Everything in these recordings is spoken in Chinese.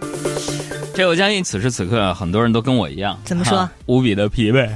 这我相信此时此刻很多人都跟我一样， 怎么说？ 无比的疲惫。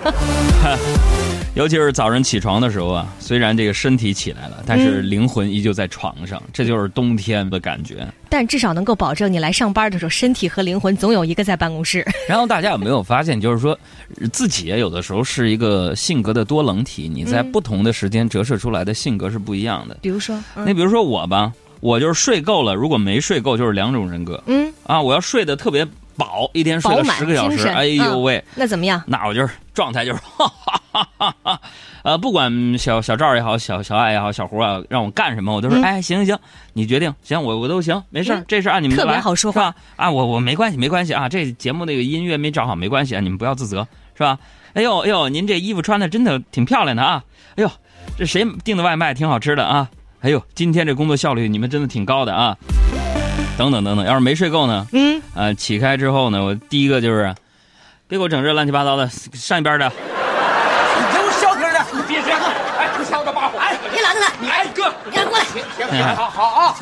尤其是早上起床的时候啊，虽然这个身体起来了，但是灵魂依旧在床上，这就是冬天的感觉。 但至少能够保证你来上班的时候，身体和灵魂总有一个在办公室。 然后大家有没有发现，就是说自己有的时候是一个性格的多棱体，你在不同的时间折射出来的性格是不一样的。 比如说， 那比如说我吧，我就是睡够了，如果没睡够就是两种人格。我要睡得特别饱，一天睡了10个小时，哎呦喂， 那怎么样？ 那我就是状态就是哈哈哈哈哈，不管小赵也好，小爱也好，小胡啊，让我干什么我都说哎行，你决定，行我都行，没事，这事按你们来， 特别好说话啊，我没关系啊，这节目那个音乐没找好没关系啊，你们不要自责，是吧？哎呦，您这衣服穿的真的挺漂亮的啊，哎呦，这谁订的外卖挺好吃的啊，哎呦，今天这工作效率你们真的挺高的啊。等等，要是没睡够呢？起开之后呢，我第一个就是别给我整这乱七八糟的，上一边的。 你给我消停点，你别这样，哎，不敲着把火，哎， 你拦着他， 你哎哥， 你给他过来， 行，好啊。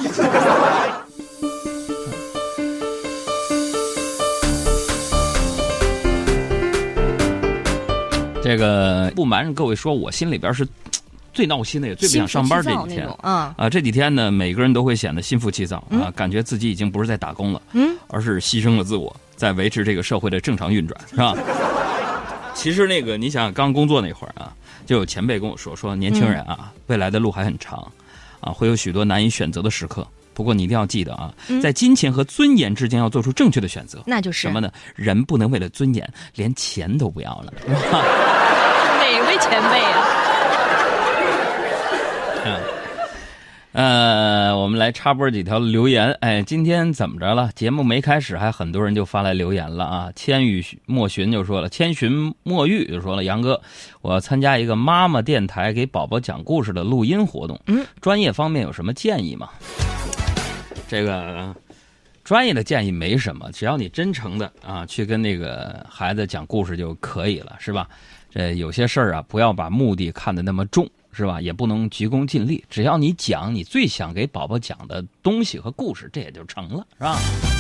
这个不瞒着各位说，我心里边是最闹心的，也最不想上班这几天这几天呢，每个人都会显得心浮气躁感觉自己已经不是在打工了，而是牺牲了自我，在维持这个社会的正常运转，是吧？其实那个你想想，刚工作那会儿啊，就有前辈跟我说年轻人啊，未来的路还很长会有许多难以选择的时刻。不过你一定要记得在金钱和尊严之间要做出正确的选择。 那就是什么呢？人不能为了尊严连钱都不要了。 哪位前辈啊？我们来插播几条留言。哎，今天怎么着了？节目没开始，还很多人就发来留言了啊！千语莫寻就说了，千寻莫遇就说了，杨哥，我要参加一个妈妈电台给宝宝讲故事的录音活动，专业方面有什么建议吗？这个专业的建议没什么，只要你真诚的去跟那个孩子讲故事就可以了，是吧？这有些事儿不要把目的看得那么重，是吧？也不能急功近利，只要你讲你最想给宝宝讲的东西和故事，这也就成了，是吧？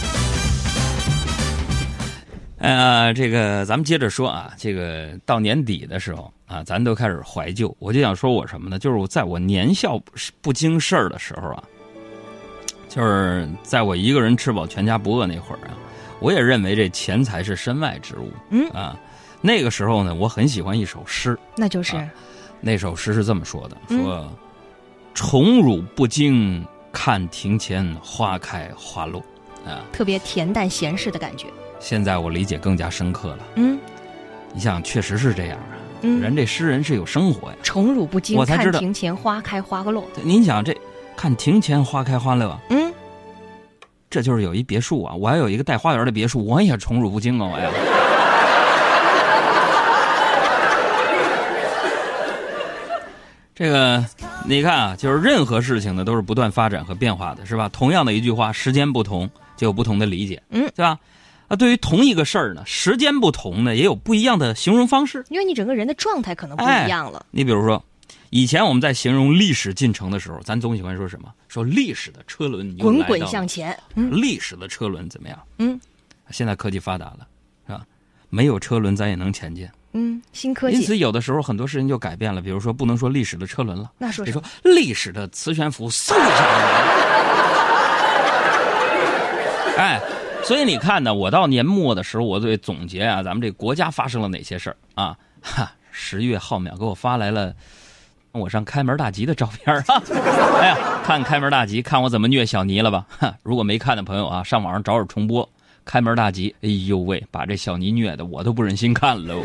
这个咱们接着说这个到年底的时候咱都开始怀旧，我就想说我什么呢？就是我在我年少不经事儿的时候就是在我一个人吃饱全家不饿那会儿我也认为这钱财是身外之物。那个时候呢，我很喜欢一首诗， 那就是那首诗是这么说的，说宠辱不惊看庭前花开花落特别恬淡闲适的感觉。 现在我理解更加深刻了。你想确实是这样人这诗人是有生活呀。 宠辱不惊看我才知道庭前花开花落。 您想这看庭前花开花落，这就是有一别墅我还有一个带花园的别墅，我也宠辱不惊我呀。这个你看就是任何事情呢都是不断发展和变化的，是吧？同样的一句话，时间不同就有不同的理解，对吧？对于同一个事儿呢，时间不同呢，也有不一样的形容方式， 因为你整个人的状态可能不一样了。 你比如说，以前我们在形容历史进程的时候，咱总喜欢说什么？说历史的车轮滚滚向前， 历史的车轮怎么样？现在科技发达了，是吧？没有车轮咱也能前进。 新科技。 因此有的时候很多事情就改变了，比如说不能说历史的车轮了， 那说比如说历史的磁悬浮嗖一下来。所以你看呢，我到年末的时候，我对总结咱们这国家发生了哪些事儿10月浩淼给我发来了我上开门大吉的照片哎呀，看开门大吉，看我怎么虐小尼了吧？如果没看的朋友上网上找找重播开门大吉。哎呦喂，把这小尼虐的我都不忍心看喽。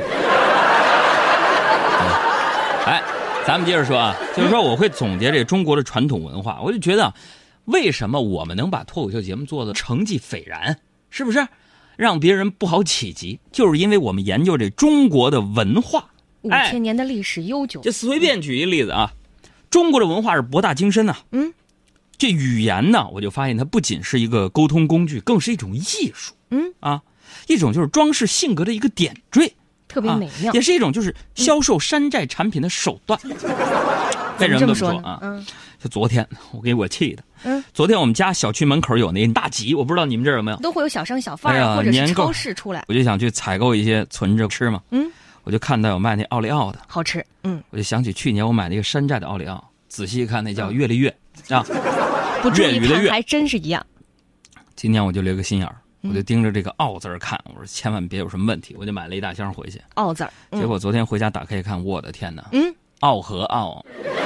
咱们接着说就是说我会总结这中国的传统文化，我就觉得为什么我们能把脱口秀节目做的成绩斐然，是不是让别人不好企及？就是因为我们研究这中国的文化 ，5000年的历史悠久。 就随便举一例子中国的文化是博大精深这语言呢，我就发现它不仅是一个沟通工具，更是一种艺术。一种就是装饰性格的一个点缀， 特别美妙， 也是一种就是销售山寨产品的手段。 为什么这么说啊？就昨天我给我气的。昨天我们家小区门口有那大集，我不知道你们这儿有没有？ 都会有小商小贩或者是超市出来。 我就想去采购一些存着吃嘛。我就看到有卖那奥利奥的， 好吃。 我就想起去年我买那个山寨的奥利奥，仔细一看那叫越来越啊， 不注意看还真是一样。 今年我就留个心眼儿。我就盯着这个奥字儿看，我说千万别有什么问题，我就买了一大箱回去。 奥字儿， 结果昨天回家打开一看，我的天哪！奥和奥。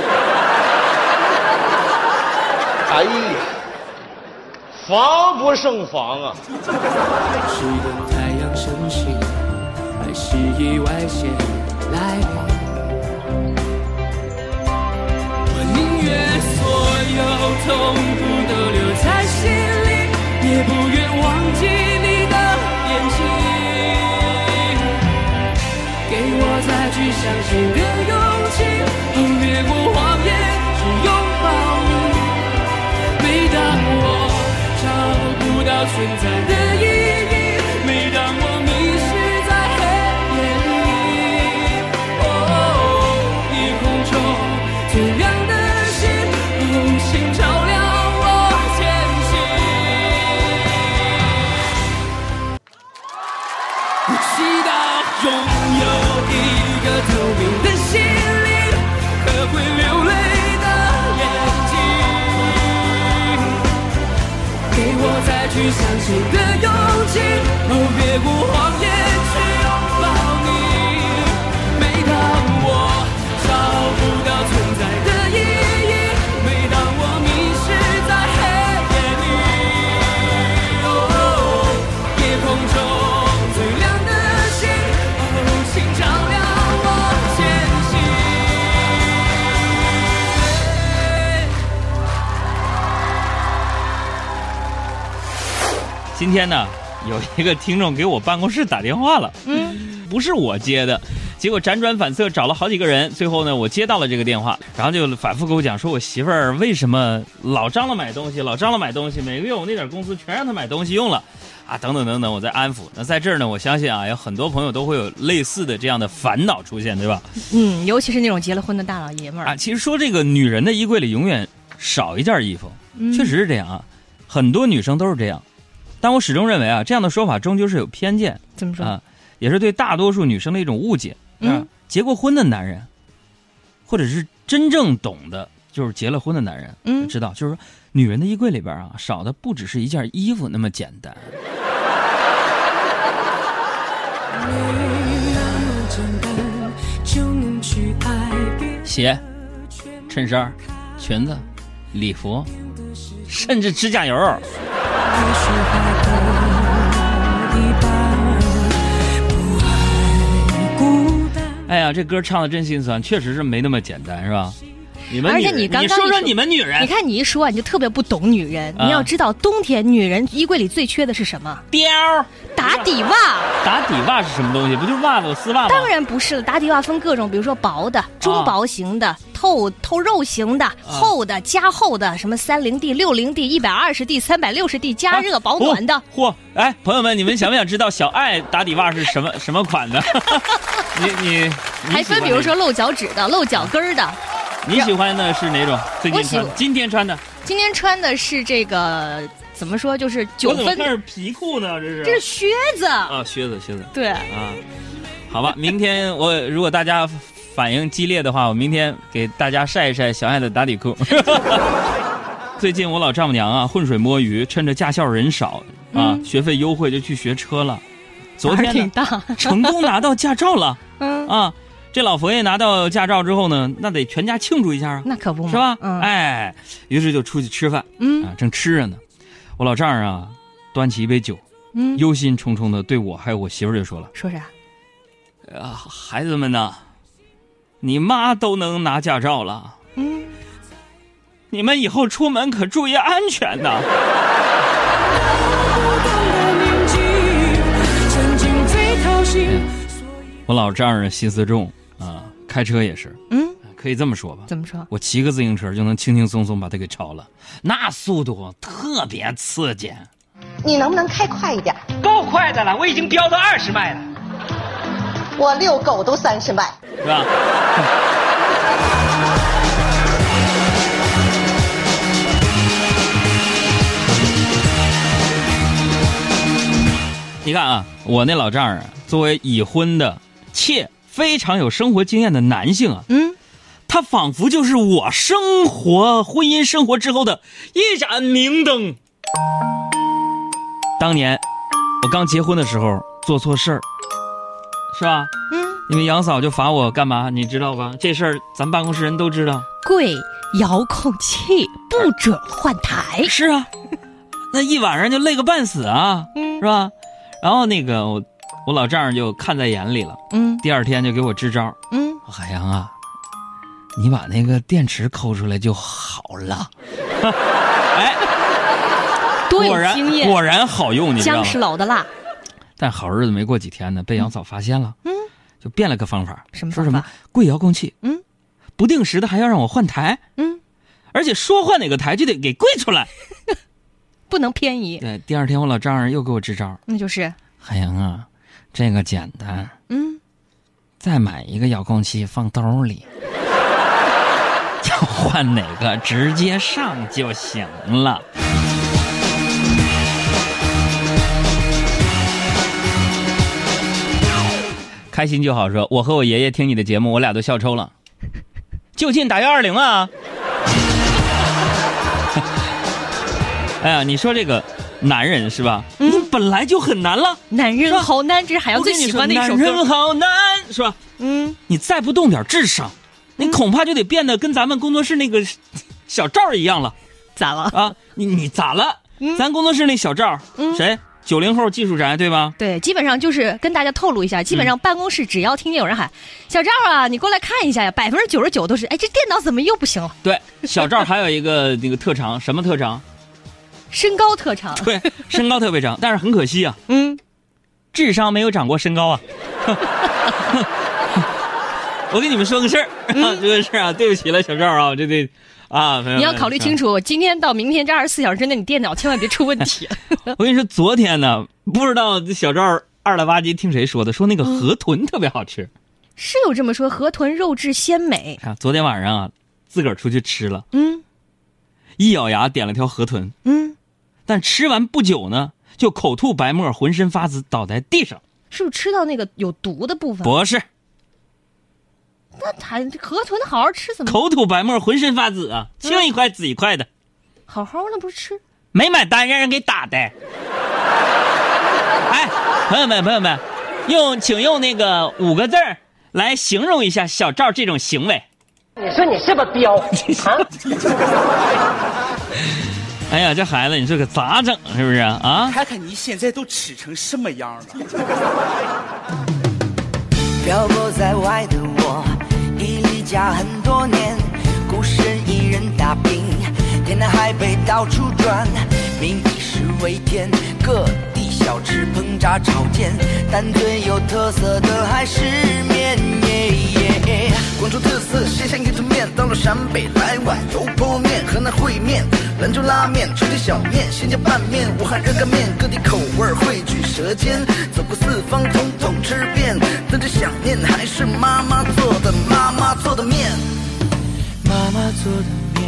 哎呀，防不胜防啊！ 是等太阳升起，还是意外先来临？我宁愿所有痛苦都留在心里，也不愿忘记你的眼睛，给我再去相信的勇气，越过谎言去拥抱你。每当我找不到存在的意义，每当我迷失在黑夜里，夜空中最亮的星，请照亮我前行。我祈祷拥有一个透明的心灵和会流泪的眼睛，给我再去相信的勇气，越过谎言去拥抱你。每当我找不到存在的意义，每当我迷失在黑夜里，夜空中最亮的星，请照亮我前行。 今天呢，有一个听众给我办公室打电话了，不是我接的，结果辗转反侧找了好几个人，最后呢，我接到了这个电话，然后就反复跟我讲说，我媳妇儿为什么老张罗买东西，每个月我那点工资全让她买东西用了，啊，等等等等，我在安抚。那在这儿呢，我相信啊，有很多朋友都会有类似的这样的烦恼出现，对吧？ 尤其是那种结了婚的大老爷们儿啊。其实说这个女人的衣柜里永远少一件衣服，确实是这样啊，很多女生都是这样。但我始终认为啊，这样的说法终究是有偏见。 怎么说啊？也是对大多数女生的一种误解。结过婚的男人，或者是真正懂的，就是结了婚的男人，知道，就是说，女人的衣柜里边啊，少的不只是一件衣服那么简单。鞋、衬衫、裙子、礼服，甚至指甲油。哎呀，这歌唱的真心酸，确实是没那么简单，是吧？ 而且你刚刚说说你们女人， 你看你一说你就特别不懂女人。你要知道，冬天女人衣柜里最缺的是什么？ 貂。 打底袜。 打底袜是什么东西？不就是袜子、丝袜吗？ 当然不是了，打底袜分各种，比如说薄的、中薄型的、透肉型的、厚的、加厚的，什么30D、60D、120D、360D， 加热保暖的。 哎，朋友们，你们想不想知道小爱打底袜是什么款的？你还分，比如说露脚趾的、露脚跟的。 你喜欢的是哪种？最近穿？今天穿的？ 今天穿的是这个，怎么说？就是9分。 我怎么看是皮裤呢？ 这是靴子啊，靴子。 对啊，好吧，明天如果大家反应激烈的话，我明天给大家晒一晒小爱的打底裤。最近我老丈母娘啊，浑水摸鱼，趁着驾校人少啊，学费优惠就去学车了。昨天挺大， 成功拿到驾照了。啊。这老佛爷拿到驾照之后呢，那得全家庆祝一下啊！ 那可不嘛， 是吧？哎，于是就出去吃饭，正吃着呢，我老丈人啊，端起一杯酒，忧心忡忡的对我还有我媳妇儿就说了：“ 说啥？ 孩子们呐，你妈都能拿驾照了，你们以后出门可注意安全呐。”我老丈人心思重啊，开车也是，可以这么说吧？ 怎么说？ 我骑个自行车就能轻轻松松把他给超了，那速度特别刺激。 你能不能开快一点？ 够快的了，我已经飙到20迈了。 我遛狗都30迈， 是吧？ 你看啊，我那老丈人作为已婚的且非常有生活经验的男性啊，他仿佛就是我婚姻生活之后的一盏明灯。当年我刚结婚的时候做错事儿，是吧？因为杨嫂就罚我干嘛，你知道吧？这事儿咱办公室人都知道。 贵遥控器不准换台。 是啊，那一晚上就累个半死啊，是吧？然后那个我老丈人就看在眼里了，第二天就给我支招，海洋啊，你把那个电池抠出来就好了。哎， 多有经验， 果然好用，你知道吗？ 姜是老的辣。 但好日子没过几天呢，被杨嫂发现了，就变了个方法， 什么说什么贵遥控器，不定时的还要让我换台，而且说换哪个台就得给贵出来， 不能偏移。 对，第二天我老丈人又给我支招， 那就是海洋啊，这个简单，再买一个遥控器放兜里，要换哪个直接上就行了。开心就好说，我和我爷爷听你的节目，我俩都笑抽了。就近打120啊！哎呀，你说这个男人是吧？你本来就很难了。 男人好难，这是海洋最喜欢的一首歌。 男人好难，是吧？你再不动点智商，你恐怕就得变得跟咱们工作室那个小赵一样了。 咋了啊？你咋了？咱工作室那小赵，谁？90后技术宅对吧？ 对，基本上就是跟大家透露一下，基本上办公室只要听见有人喊小赵啊，你过来看一下呀，99%都是哎，这电脑怎么又不行了？ 对，小赵还有一个那个特长，什么特长？ 身高特长。 对，身高特别长，但是很可惜啊，智商没有长过身高啊。我跟你们说个事儿，这个事儿啊，对不起了，小赵啊，我这得啊， 你要考虑清楚，今天到明天这24小时之内，你电脑千万别出问题。 我跟你说，昨天呢，不知道小赵二了吧唧听谁说的，说那个河豚特别好吃， 是有这么说，河豚肉质鲜美。 昨天晚上啊，自个儿出去吃了，一咬牙点了条河豚，但吃完不久呢，就口吐白沫，浑身发紫，倒在地上。 是不是吃到那个有毒的部分？ 不是。 那河豚好好吃怎么？ 口吐白沫，浑身发紫啊，青一块紫一块的。 好好的不是吃？ 没买单，让人给打的。哎，朋友们，请用那个5个字来形容一下小赵这种行为。 你说你是不是彪啊？ 哎呀，这孩子你说可咋整是不是啊？ 看看你现在都吃成什么样了。 漂泊在外的我已离家很多年，孤身一人打拼，天南海北到处转，民以食为天，各地小吃烹炸炒煎，但最有特色的还是面。 广州特色鲜香鱼头面，到了陕北来碗油泼面，河南烩面，兰州拉面，重庆小面，新疆拌面，武汉热干面，各地口味汇聚舌尖，走过四方统统吃遍，但最想念还是妈妈做的面。妈妈做的面，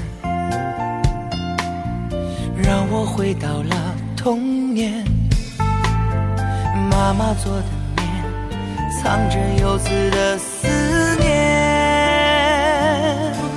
让我回到了童年。妈妈做的面，藏着游子的思念。